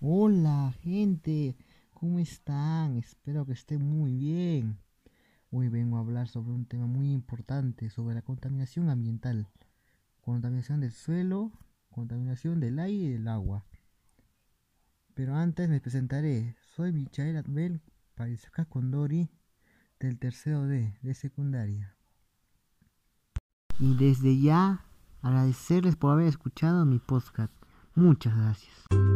Hola gente, ¿cómo están? Espero que estén muy bien. Hoy vengo a hablar sobre un tema muy importante, sobre la contaminación ambiental. Contaminación del suelo, contaminación del aire y del agua. Pero antes me presentaré. Soy Michael Abel Parizca Condori del tercero de secundaria. Y desde ya agradecerles por haber escuchado mi podcast. Muchas gracias.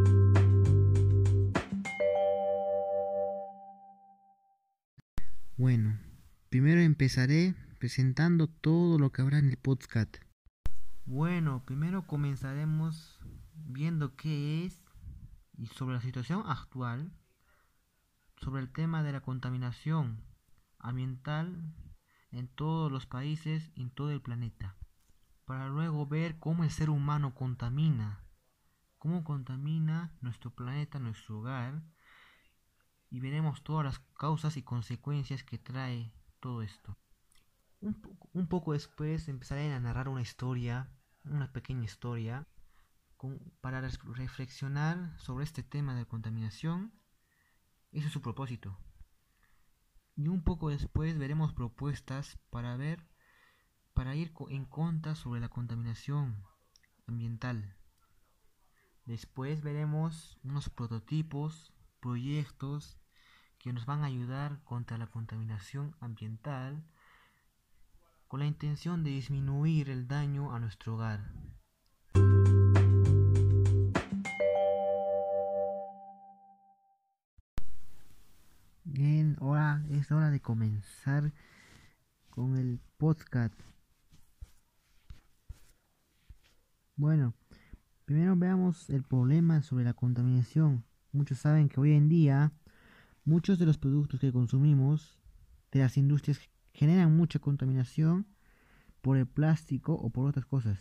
Bueno, primero empezaré presentando todo lo que habrá en el podcast. Bueno, primero comenzaremos viendo qué es y sobre la situación actual, sobre el tema de la contaminación ambiental en todos los países y en todo el planeta, para luego ver cómo el ser humano cómo contamina nuestro planeta, nuestro hogar, y veremos todas las causas y consecuencias que trae todo esto. Un poco después empezaré a narrar una historia, una pequeña historia, para reflexionar sobre este tema de contaminación. Ese es su propósito. Y un poco después veremos propuestas para ir en contra sobre la contaminación ambiental. Después veremos unos prototipos, proyectos que nos van a ayudar contra la contaminación ambiental con la intención de disminuir el daño a nuestro hogar. Bien, ahora es hora de comenzar con el podcast. Bueno, primero veamos el problema sobre la contaminación. Muchos saben que hoy en día muchos de los productos que consumimos de las industrias generan mucha contaminación por el plástico o por otras cosas.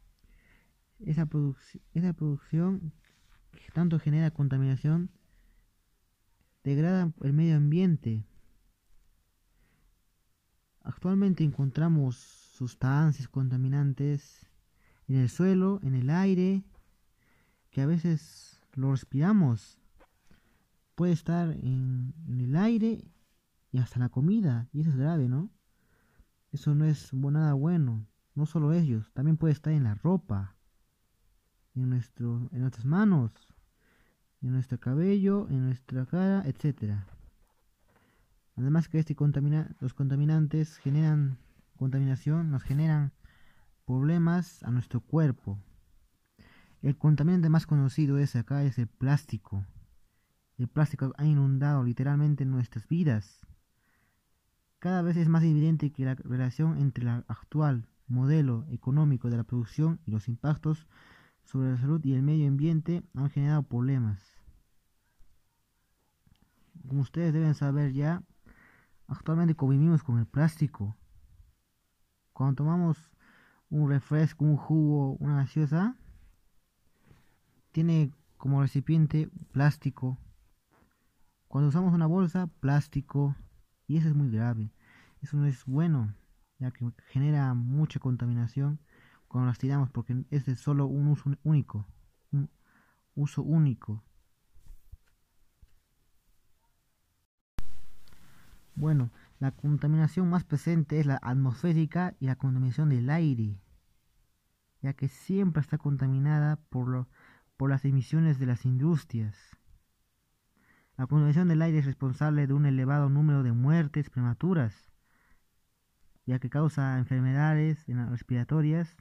Esa producción que tanto genera contaminación degrada el medio ambiente. Actualmente encontramos sustancias contaminantes en el suelo, en el aire, que a veces lo respiramos. Puede estar en el aire y hasta la comida, y eso es grave, ¿no? Eso no es nada bueno. No solo ellos, también puede estar en la ropa, en nuestras manos, en nuestro cabello, en nuestra cara, etcétera. Además que los contaminantes generan contaminación, nos generan problemas a nuestro cuerpo. El contaminante más conocido es el plástico. El plástico ha inundado literalmente nuestras vidas. Cada vez es más evidente que la relación entre el actual modelo económico de la producción y los impactos sobre la salud y el medio ambiente han generado problemas. Como ustedes deben saber ya, actualmente convivimos con el plástico. Cuando tomamos un refresco, un jugo, una gaseosa, tiene como recipiente plástico. Cuando usamos una bolsa, plástico, y eso es muy grave. Eso no es bueno, ya que genera mucha contaminación cuando las tiramos, porque es de solo un uso único. Un uso único. Bueno, la contaminación más presente es la atmosférica y la contaminación del aire, ya que siempre está contaminada por las emisiones de las industrias. La contaminación del aire es responsable de un elevado número de muertes prematuras, ya que causa enfermedades respiratorias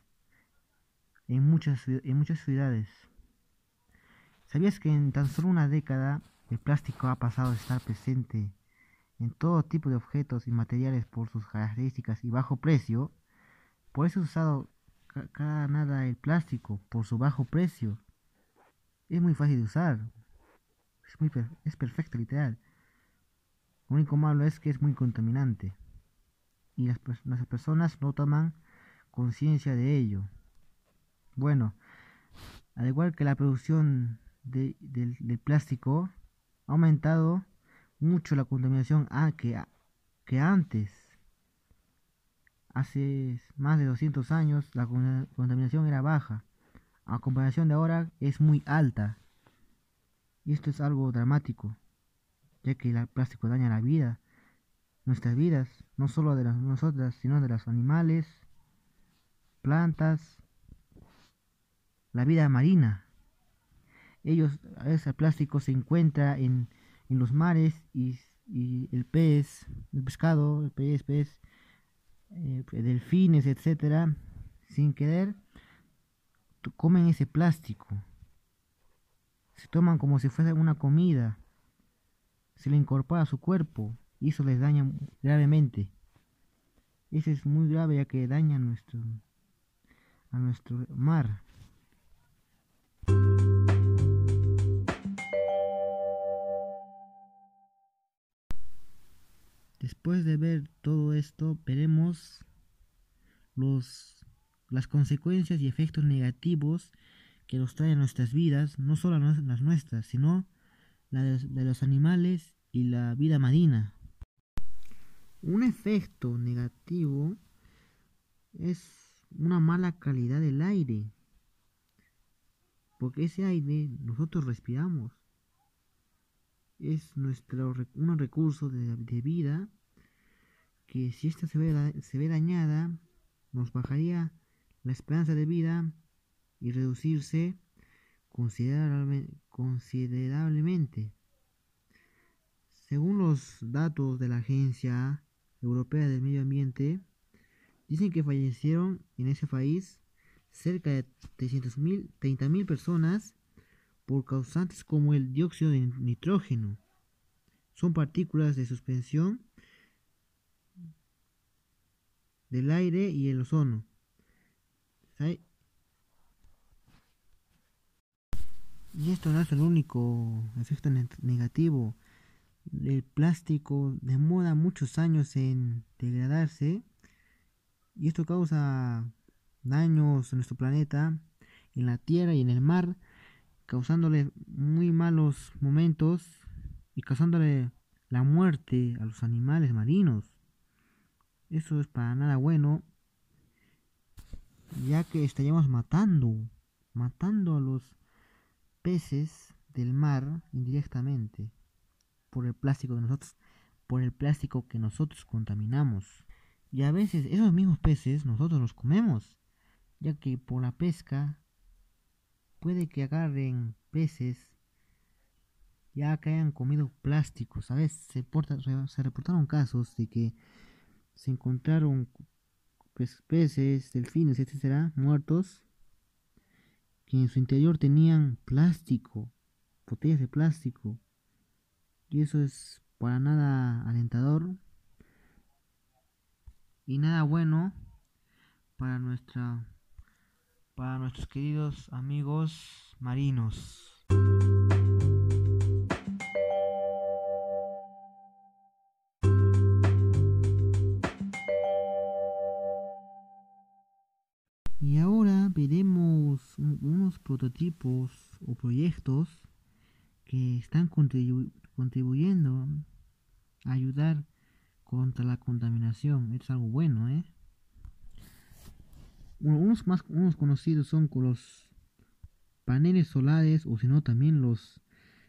en muchas ciudades. ¿Sabías que en tan solo una década el plástico ha pasado a estar presente en todo tipo de objetos y materiales por sus características y bajo precio? Por eso es usado cada nada el plástico, por su bajo precio. Es muy fácil de usar, es perfecto literal. Lo único malo es que es muy contaminante y las personas no toman conciencia de ello. Bueno, al igual que la producción del plástico, ha aumentado mucho la contaminación que antes. Hace más de 200 años la contaminación era baja. A comparación de ahora es muy alta. Y esto es algo dramático, ya que el plástico daña la vida, nuestras vidas, no solo de nosotras, sino de los animales, plantas, la vida marina. Ese plástico se encuentra en los mares y el pez, el pescado, el pez, delfines, etcétera, sin querer, comen ese plástico. Se toman como si fuese una comida, se le incorpora a su cuerpo y eso les daña gravemente. Eso es muy grave ya que daña a nuestro mar. Después de ver todo esto, veremos las consecuencias y efectos negativos que nos traen nuestras vidas, no solo las nuestras, sino de los animales y la vida marina. Un efecto negativo es una mala calidad del aire, porque ese aire nosotros respiramos. Es un recurso de vida que si esta se ve dañada, nos bajaría la esperanza de vida y reducirse considerablemente. Según los datos de la Agencia Europea del Medio Ambiente, dicen que fallecieron en ese país cerca de 30.000 personas por causantes como el dióxido de nitrógeno. Son partículas de suspensión del aire y el ozono. ¿Sabe? Y esto no es el único efecto negativo. El plástico demora muchos años en degradarse y esto causa daños en nuestro planeta, en la tierra y en el mar, causándole muy malos momentos y causándole la muerte a los animales marinos. Eso es para nada bueno, ya que estaríamos matando a los peces del mar indirectamente por el plástico por el plástico que nosotros contaminamos. Y a veces esos mismos peces nosotros los comemos, ya que por la pesca puede que agarren peces ya que hayan comido plásticos. A veces se reportaron casos de que se encontraron peces, delfines, etcétera, muertos, que en su interior tenían plástico, botellas de plástico. Y eso es para nada alentador y nada bueno para para nuestros queridos amigos marinos. Y ahora veremos unos prototipos o proyectos que están contribuyendo a ayudar contra la contaminación. Es algo bueno, ¿eh? Unos conocidos son con los paneles solares o si no también los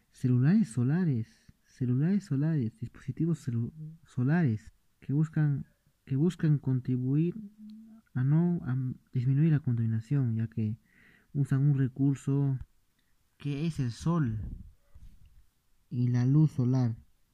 celulares solares, dispositivos solares que buscan contribuir a disminuir la contaminación, ya que usan un recurso que es el sol y la luz solar.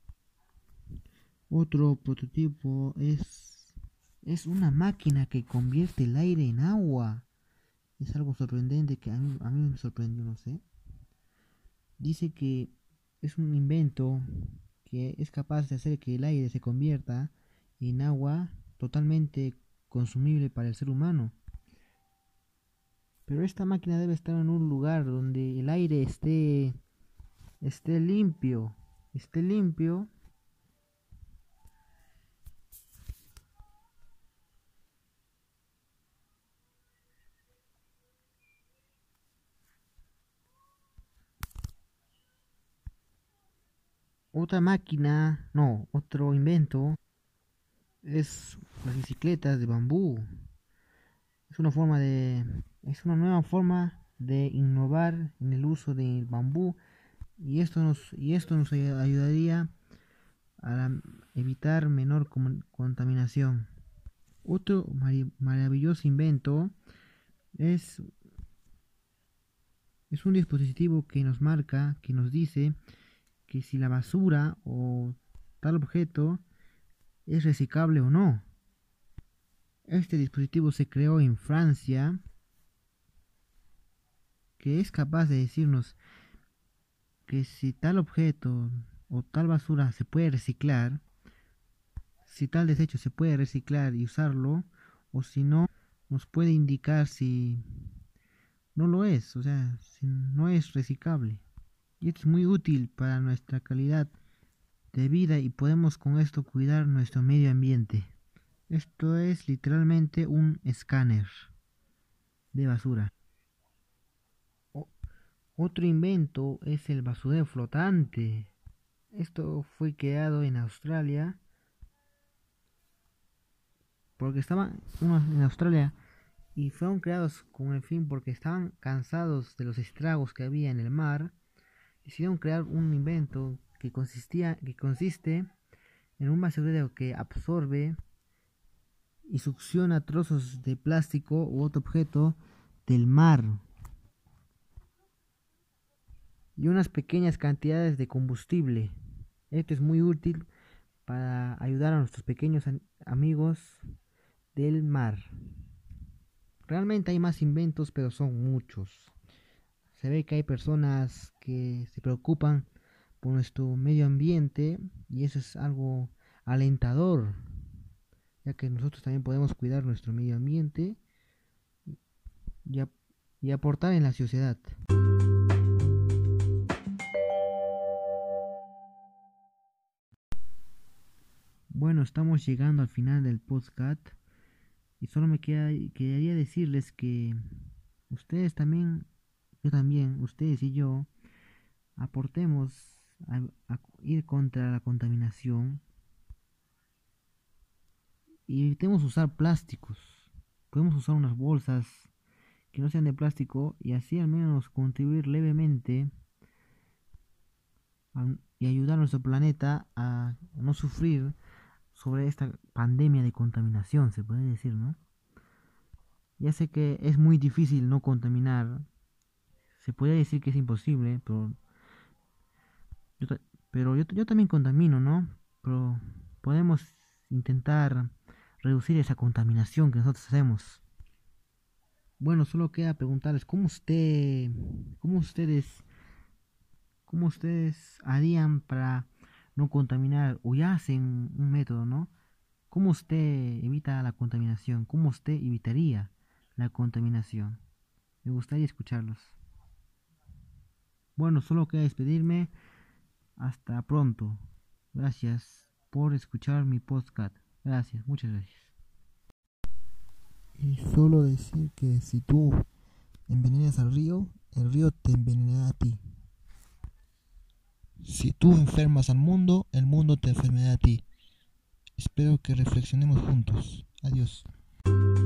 Otro prototipo es una máquina que convierte el aire en agua. Es algo sorprendente que a mí me sorprendió, no sé. Dice que es un invento que es capaz de hacer que el aire se convierta en agua totalmente consumible para el ser humano. Pero esta máquina debe estar en un lugar donde el aire esté limpio. Otro invento es las bicicletas de bambú. Es una nueva forma de innovar en el uso del bambú y esto nos ayudaría a evitar menor contaminación. Otro maravilloso invento es, es un dispositivo que nos marca, que nos dice que si la basura o tal objeto es reciclable o no. Este dispositivo se creó en Francia, que es capaz de decirnos que si tal objeto o tal basura se puede reciclar, si tal desecho se puede reciclar y usarlo, o si no, nos puede indicar si no lo es, o sea, si no es reciclable. Y esto es muy útil para nuestra calidad de vida y podemos con esto cuidar nuestro medio ambiente. Esto es literalmente un escáner de basura. O- Otro invento es el basurero flotante. Esto fue creado en Australia porque estaban unos en Australia y fueron creados con el fin porque estaban cansados de los estragos que había en el mar. Decidieron crear un invento que consiste en un basurero que absorbe y succiona trozos de plástico u otro objeto del mar y unas pequeñas cantidades de combustible. Esto es muy útil para ayudar a nuestros pequeños amigos del mar. Realmente hay más inventos, pero son muchos. Se ve que hay personas que se preocupan por nuestro medio ambiente y eso es algo alentador, ya que nosotros también podemos cuidar nuestro medio ambiente y, y aportar en la sociedad. Bueno, estamos llegando al final del podcast y solo quedaría decirles que ustedes también, yo también, ustedes y yo, aportemos a ir contra la contaminación y evitemos usar plásticos. Podemos usar unas bolsas que no sean de plástico y así al menos contribuir levemente y ayudar a nuestro planeta a no sufrir sobre esta pandemia de contaminación, se puede decir, ¿no? Ya sé que es muy difícil no contaminar, se puede decir que es imposible, yo, yo también contamino, ¿no? Pero podemos intentar reducir esa contaminación que nosotros hacemos. Bueno, solo queda preguntarles cómo ustedes, cómo ustedes harían para no contaminar o ya hacen un método, ¿no? ¿Cómo usted evita la contaminación? ¿Cómo usted evitaría la contaminación? Me gustaría escucharlos. Bueno, solo queda despedirme. Hasta pronto. Gracias por escuchar mi podcast. Gracias, muchas gracias. Y solo decir que si tú envenenas al río, el río te envenenará a ti. Si tú enfermas al mundo, el mundo te enfermará a ti. Espero que reflexionemos juntos. Adiós.